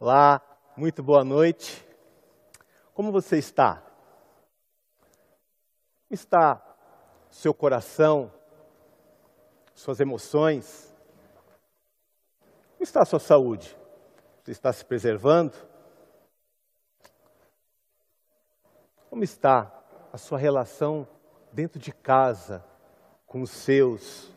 Olá, muito boa noite. Como você está? Como está seu coração, suas emoções? Como está a sua saúde? Você está se preservando? Como está a sua relação dentro de casa com os seus?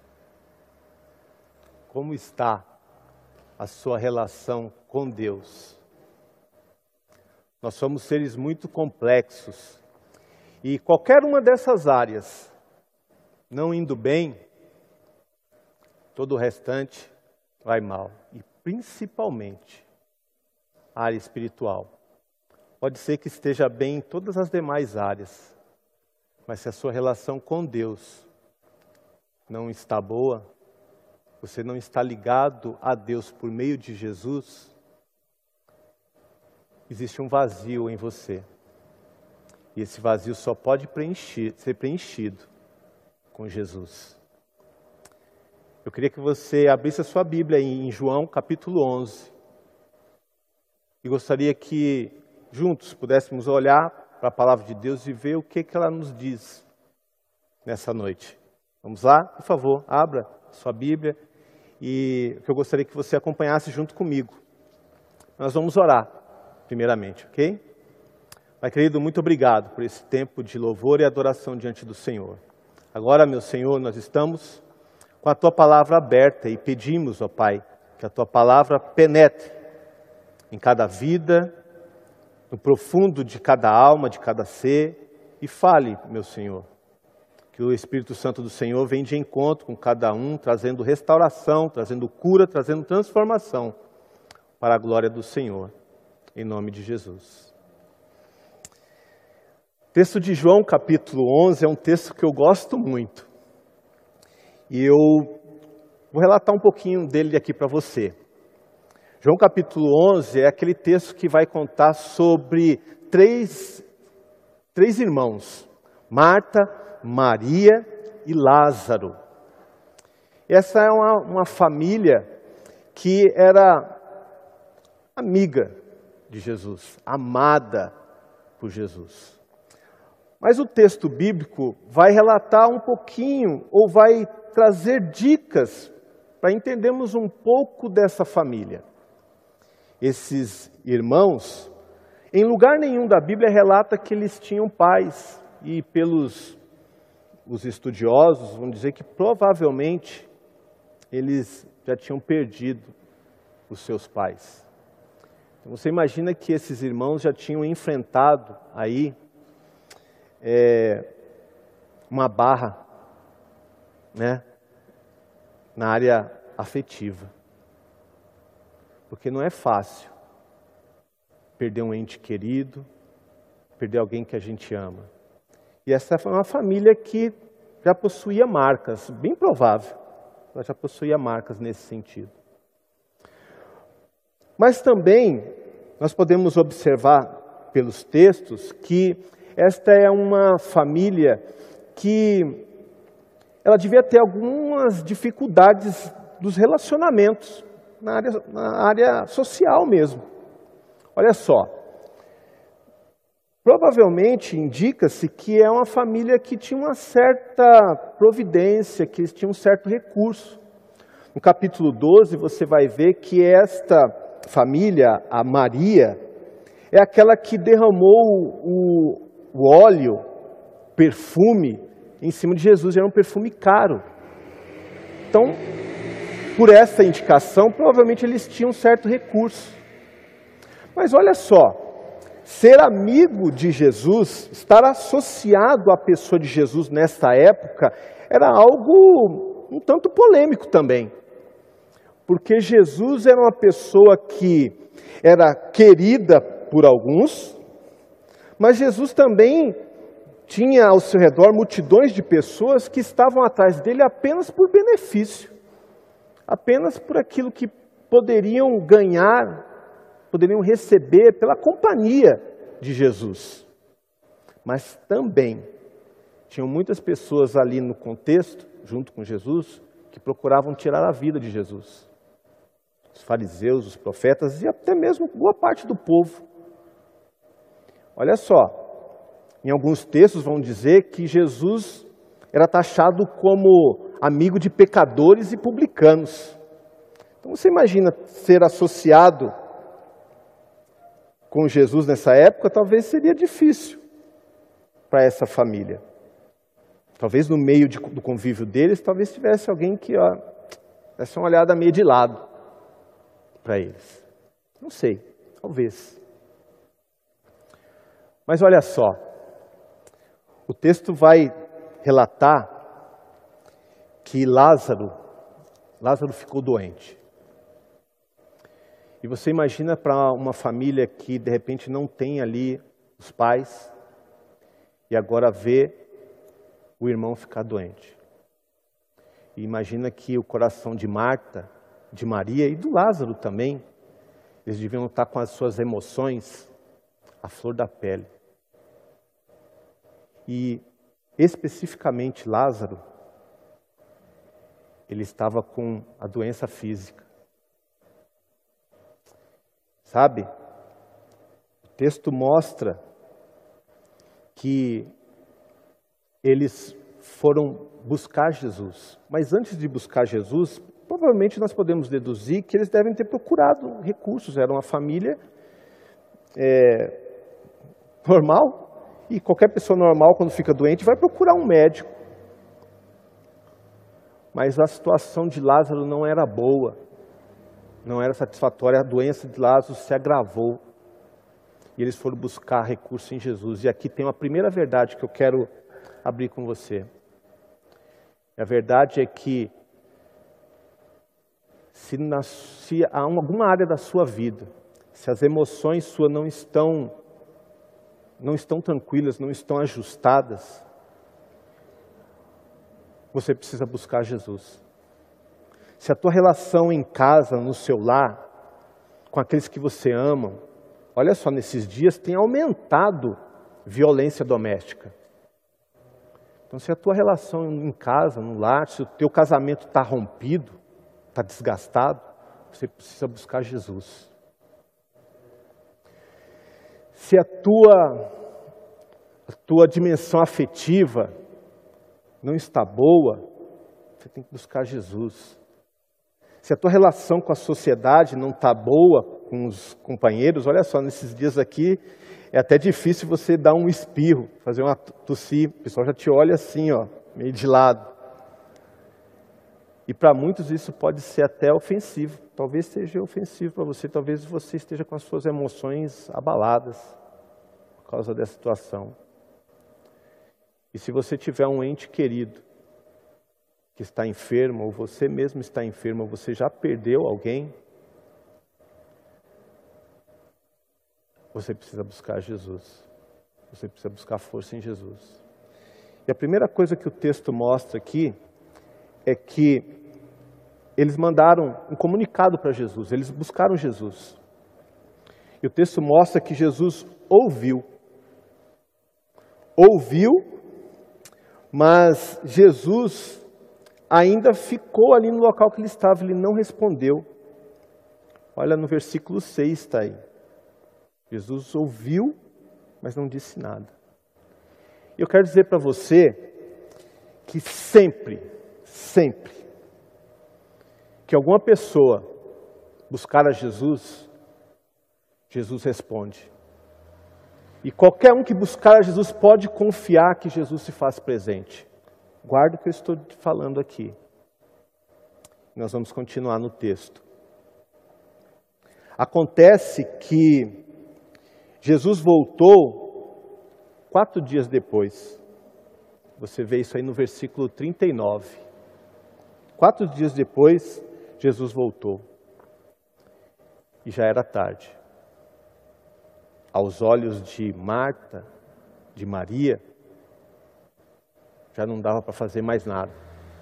Como está a sua relação com Deus? Nós somos seres muito complexos e qualquer uma dessas áreas não indo bem, todo o restante vai mal. E principalmente a área espiritual. Pode ser que esteja bem em todas as demais áreas, mas se a sua relação com Deus não está boa, você não está ligado a Deus por meio de Jesus, existe um vazio em você. E esse vazio só pode ser preenchido com Jesus. Eu queria que você abrisse a sua Bíblia em João capítulo 11. E gostaria que juntos pudéssemos olhar para a palavra de Deus e ver o que ela nos diz nessa noite. Vamos lá? Por favor, abra a sua Bíblia. E eu gostaria que você acompanhasse junto comigo. Nós vamos orar, primeiramente, ok? Pai querido, muito obrigado por esse tempo de louvor e adoração diante do Senhor. Agora, meu Senhor, nós estamos com a Tua palavra aberta e pedimos, ó Pai, que a Tua palavra penetre em cada vida, no profundo de cada alma, de cada ser, e fale, meu Senhor. Que o Espírito Santo do Senhor vem de encontro com cada um, trazendo restauração, trazendo cura, trazendo transformação para a glória do Senhor, em nome de Jesus. O texto de João, capítulo 11, é um texto que eu gosto muito. E eu vou relatar um pouquinho dele aqui para você. João, capítulo 11, é aquele texto que vai contar sobre três irmãos, Marta, Maria e Lázaro. Essa é uma família que era amiga de Jesus, amada por Jesus. Mas o texto bíblico vai relatar um pouquinho, ou vai trazer dicas para entendermos um pouco dessa família. Esses irmãos, em lugar nenhum da Bíblia relata que eles tinham pais, e os estudiosos vão dizer que provavelmente eles já tinham perdido os seus pais. Então, você imagina que esses irmãos já tinham enfrentado aí uma barra, né, na área afetiva. Porque não é fácil perder um ente querido, perder alguém que a gente ama. E essa foi uma família que já possuía marcas, bem provável, ela já possuía marcas nesse sentido. Mas também nós podemos observar pelos textos que esta é uma família que ela devia ter algumas dificuldades dos relacionamentos, na área social mesmo. Olha só. Provavelmente indica-se que é uma família que tinha uma certa providência, que tinha um certo recurso. No capítulo 12 você vai ver que esta família, a Maria, é aquela que derramou o óleo, perfume, em cima de Jesus. Era um perfume caro. Então, por essa indicação, provavelmente eles tinham um certo recurso. Mas olha só. Ser amigo de Jesus, estar associado à pessoa de Jesus nessa época, era algo um tanto polêmico também. Porque Jesus era uma pessoa que era querida por alguns, mas Jesus também tinha ao seu redor multidões de pessoas que estavam atrás dele apenas por benefício, apenas por aquilo que poderiam ganhar, poderiam receber pela companhia de Jesus. Mas também tinham muitas pessoas ali no contexto, junto com Jesus, que procuravam tirar a vida de Jesus. os fariseus, os profetas e até mesmo boa parte do povo. Olha só, em alguns textos vão dizer que Jesus era taxado como amigo de pecadores e publicanos. Então você imagina ser associado com Jesus nessa época, talvez seria difícil para essa família. Talvez no meio do convívio deles, talvez tivesse alguém que desse uma olhada meio de lado para eles. Não sei, talvez. Mas olha só, o texto vai relatar que Lázaro ficou doente. E você imagina para uma família que de repente não tem ali os pais e agora vê o irmão ficar doente. E imagina que o coração de Marta, de Maria e do Lázaro também, eles deviam estar com as suas emoções à flor da pele. E especificamente Lázaro, ele estava com a doença física. Sabe? O texto mostra que eles foram buscar Jesus. Mas antes de buscar Jesus, provavelmente nós podemos deduzir que eles devem ter procurado recursos. Era uma família normal. E qualquer pessoa normal, quando fica doente, vai procurar um médico. Mas a situação de Lázaro não era boa. Não era satisfatória, a doença de Lázaro se agravou. E eles foram buscar recurso em Jesus. E aqui tem uma primeira verdade que eu quero abrir com você. A verdade é que se há alguma área da sua vida, se as emoções suas não estão tranquilas, não estão ajustadas, você precisa buscar Jesus. Se a tua relação em casa, no seu lar, com aqueles que você ama, olha só, nesses dias tem aumentado violência doméstica. Então, se a tua relação em casa, no lar, se o teu casamento está rompido, está desgastado, você precisa buscar Jesus. Se a tua dimensão afetiva não está boa, você tem que buscar Jesus. Se a tua relação com a sociedade não está boa, com os companheiros, olha só, nesses dias aqui é até difícil você dar um espirro, fazer uma tossir, o pessoal já te olha assim, ó, meio de lado. E para muitos isso pode ser até ofensivo, talvez seja ofensivo para você, talvez você esteja com as suas emoções abaladas por causa dessa situação. E se você tiver um ente querido que está enfermo, ou você mesmo está enfermo, ou você já perdeu alguém, você precisa buscar Jesus. Você precisa buscar força em Jesus. E a primeira coisa que o texto mostra aqui é que eles mandaram um comunicado para Jesus, eles buscaram Jesus. E o texto mostra que Jesus ouviu. Ouviu, mas Jesus ainda ficou ali no local que ele estava, ele não respondeu. Olha no versículo 6, está aí. Jesus ouviu, mas não disse nada. E eu quero dizer para você que sempre que alguma pessoa buscar a Jesus, Jesus responde. E qualquer um que buscar a Jesus pode confiar que Jesus se faz presente. Guarda o que eu estou falando aqui. Nós vamos continuar no texto. Acontece que Jesus voltou 4 dias depois. Você vê isso aí no versículo 39. 4 dias depois, Jesus voltou. E já era tarde. Aos olhos de Marta, de Maria, já não dava para fazer mais nada.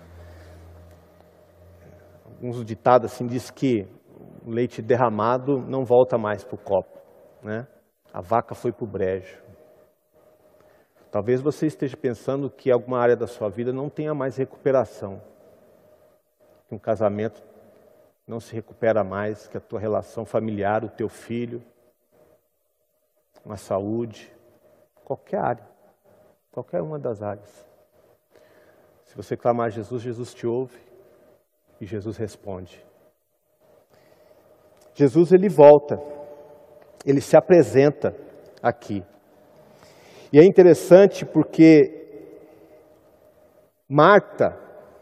Alguns ditados assim diz que o leite derramado não volta mais para o copo, né? A vaca foi para o brejo. Talvez você esteja pensando que alguma área da sua vida não tenha mais recuperação. Que um casamento não se recupera mais, que a tua relação familiar, o teu filho, a saúde, qualquer área, qualquer uma das áreas. Se você clamar a Jesus, Jesus te ouve e Jesus responde. Jesus, ele volta, ele se apresenta aqui. E é interessante porque Marta,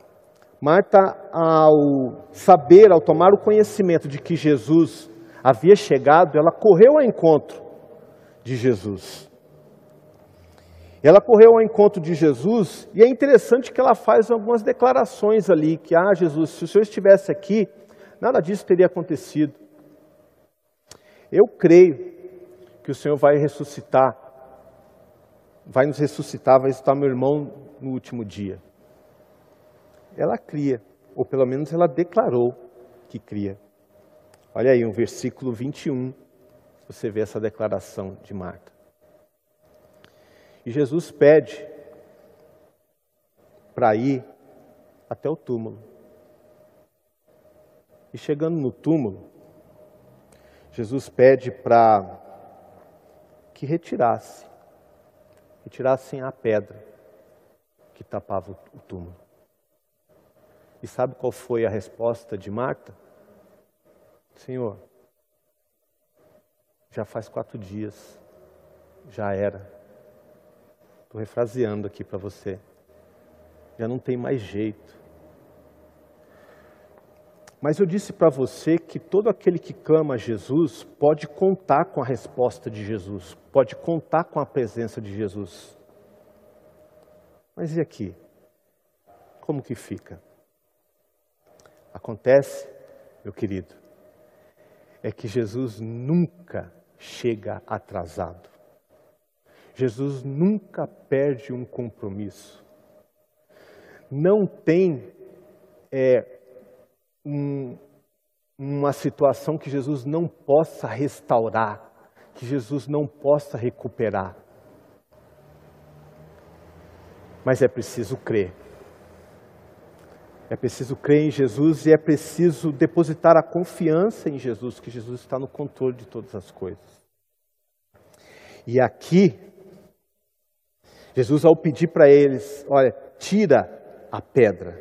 ao saber, ao tomar o conhecimento de que Jesus havia chegado, ela correu ao encontro de Jesus. Ela correu ao encontro de Jesus e é interessante que ela faz algumas declarações ali, que, Jesus, se o Senhor estivesse aqui, nada disso teria acontecido. Eu creio que o Senhor vai ressuscitar, vai nos ressuscitar, vai ressuscitar meu irmão no último dia. Ela cria, ou pelo menos ela declarou que cria. Olha aí, um versículo 21, você vê essa declaração de Marta. E Jesus pede para ir até o túmulo. E chegando no túmulo, Jesus pede para que retirassem a pedra que tapava o túmulo. E sabe qual foi a resposta de Marta? Senhor, já faz 4 dias, já era. Estou refraseando aqui para você. Já não tem mais jeito. Mas eu disse para você que todo aquele que clama a Jesus pode contar com a resposta de Jesus, pode contar com a presença de Jesus. Mas e aqui? Como que fica? Acontece, meu querido, é que Jesus nunca chega atrasado. Jesus nunca perde um compromisso. Não tem uma situação que Jesus não possa restaurar, que Jesus não possa recuperar. Mas é preciso crer. É preciso crer em Jesus e é preciso depositar a confiança em Jesus, que Jesus está no controle de todas as coisas. E aqui, Jesus, ao pedir para eles, olha, tira a pedra.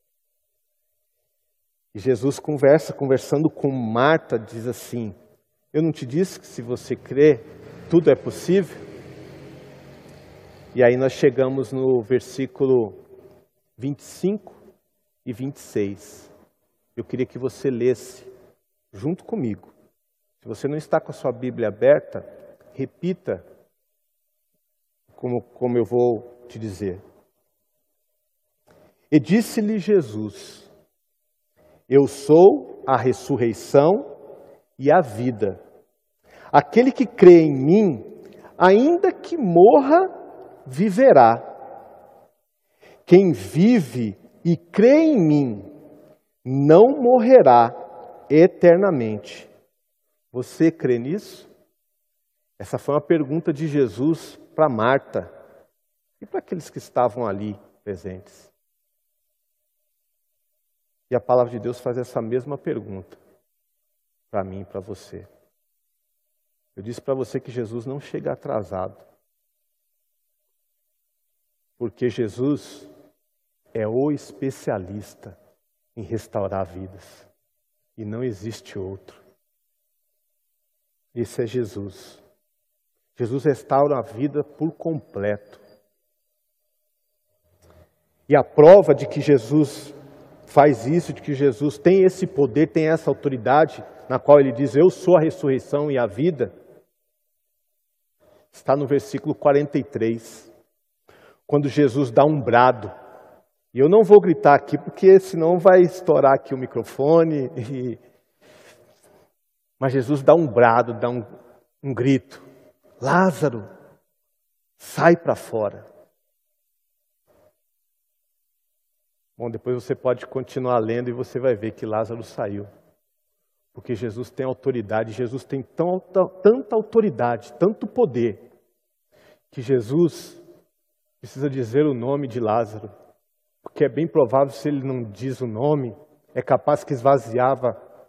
E Jesus conversando com Marta, diz assim, eu não te disse que se você crer, tudo é possível? E aí nós chegamos no versículo 25 e 26. Eu queria que você lesse junto comigo. Se você não está com a sua Bíblia aberta, repita como eu vou te dizer. E disse-lhe Jesus, eu sou a ressurreição e a vida. Aquele que crê em mim, ainda que morra, viverá. Quem vive e crê em mim, não morrerá eternamente. Você crê nisso? Essa foi uma pergunta de Jesus para Marta e para aqueles que estavam ali presentes. E a palavra de Deus faz essa mesma pergunta para mim e para você. Eu disse para você que Jesus não chega atrasado. Porque Jesus é o especialista em restaurar vidas. E não existe outro. Esse é Jesus. Jesus restaura a vida por completo. E a prova de que Jesus faz isso, de que Jesus tem esse poder, tem essa autoridade, na qual ele diz, eu sou a ressurreição e a vida, está no versículo 43, quando Jesus dá um brado. E eu não vou gritar aqui, porque senão vai estourar aqui o microfone. Mas Jesus dá um brado, dá um grito. Lázaro, sai para fora. Bom, depois você pode continuar lendo e você vai ver que Lázaro saiu. Porque Jesus tem autoridade, Jesus tem tanta autoridade, tanto poder, que Jesus precisa dizer o nome de Lázaro. Porque é bem provável, se ele não diz o nome, é capaz que esvaziava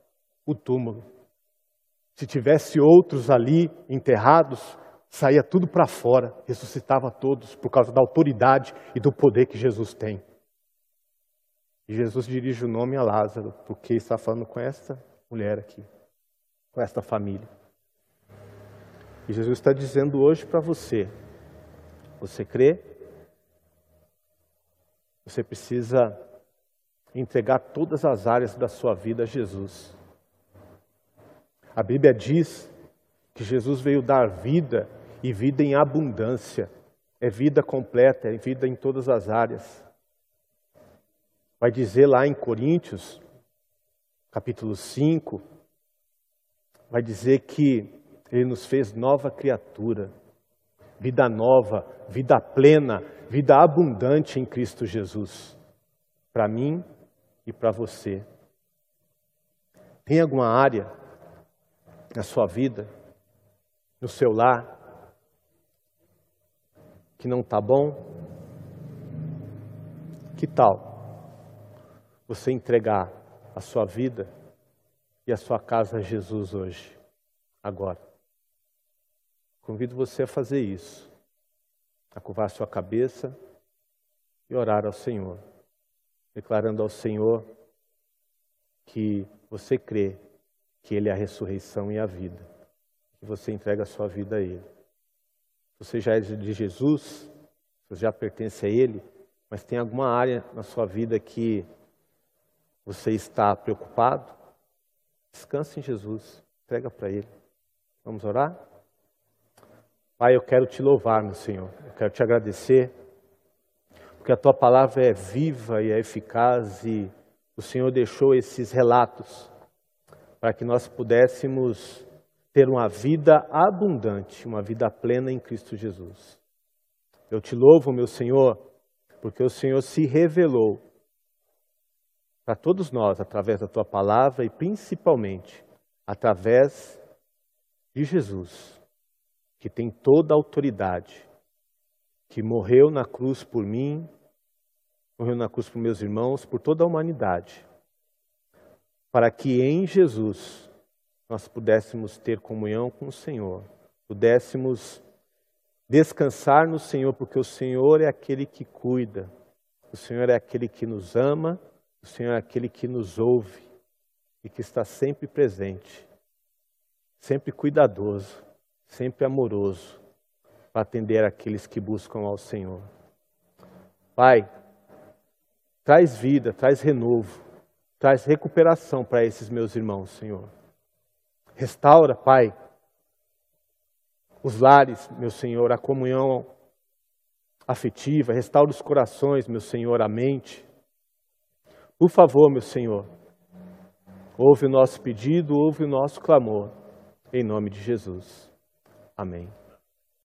o túmulo. Se tivesse outros ali enterrados, saía tudo para fora, ressuscitava todos por causa da autoridade e do poder que Jesus tem. E Jesus dirige o nome a Lázaro, porque está falando com esta mulher aqui, com esta família. E Jesus está dizendo hoje para você, você crê? Você precisa entregar todas as áreas da sua vida a Jesus. A Bíblia diz que Jesus veio dar vida e vida em abundância. É vida completa, é vida em todas as áreas. Vai dizer lá em Coríntios, capítulo 5, vai dizer que Ele nos fez nova criatura, vida nova, vida plena, vida abundante em Cristo Jesus, para mim e para você. Tem alguma área na sua vida, no seu lar, que não está bom? Que tal você entregar a sua vida e a sua casa a Jesus hoje, agora? Convido você a fazer isso, a curvar sua cabeça e orar ao Senhor, declarando ao Senhor que você crê que Ele é a ressurreição e a vida, que você entrega a sua vida a Ele. Você já é de Jesus, você já pertence a Ele, mas tem alguma área na sua vida que você está preocupado? Descanse em Jesus, entrega para Ele. Vamos orar? Pai, eu quero te louvar, meu Senhor, eu quero te agradecer, porque a Tua palavra é viva e é eficaz e o Senhor deixou esses relatos para que nós pudéssemos ter uma vida abundante, uma vida plena em Cristo Jesus. Eu te louvo, meu Senhor, porque o Senhor se revelou para todos nós através da Tua palavra e principalmente através de Jesus, que tem toda a autoridade, que morreu na cruz por mim, morreu na cruz por meus irmãos, por toda a humanidade, para que em Jesus nós pudéssemos ter comunhão com o Senhor, pudéssemos descansar no Senhor, porque o Senhor é aquele que cuida, o Senhor é aquele que nos ama, o Senhor é aquele que nos ouve e que está sempre presente, sempre cuidadoso, sempre amoroso, para atender aqueles que buscam ao Senhor. Pai, traz vida, traz renovo, traz recuperação para esses meus irmãos, Senhor. Restaura, Pai, os lares, meu Senhor, a comunhão afetiva, restaura os corações, meu Senhor, a mente. Por favor, meu Senhor, ouve o nosso pedido, ouve o nosso clamor, em nome de Jesus. Amém.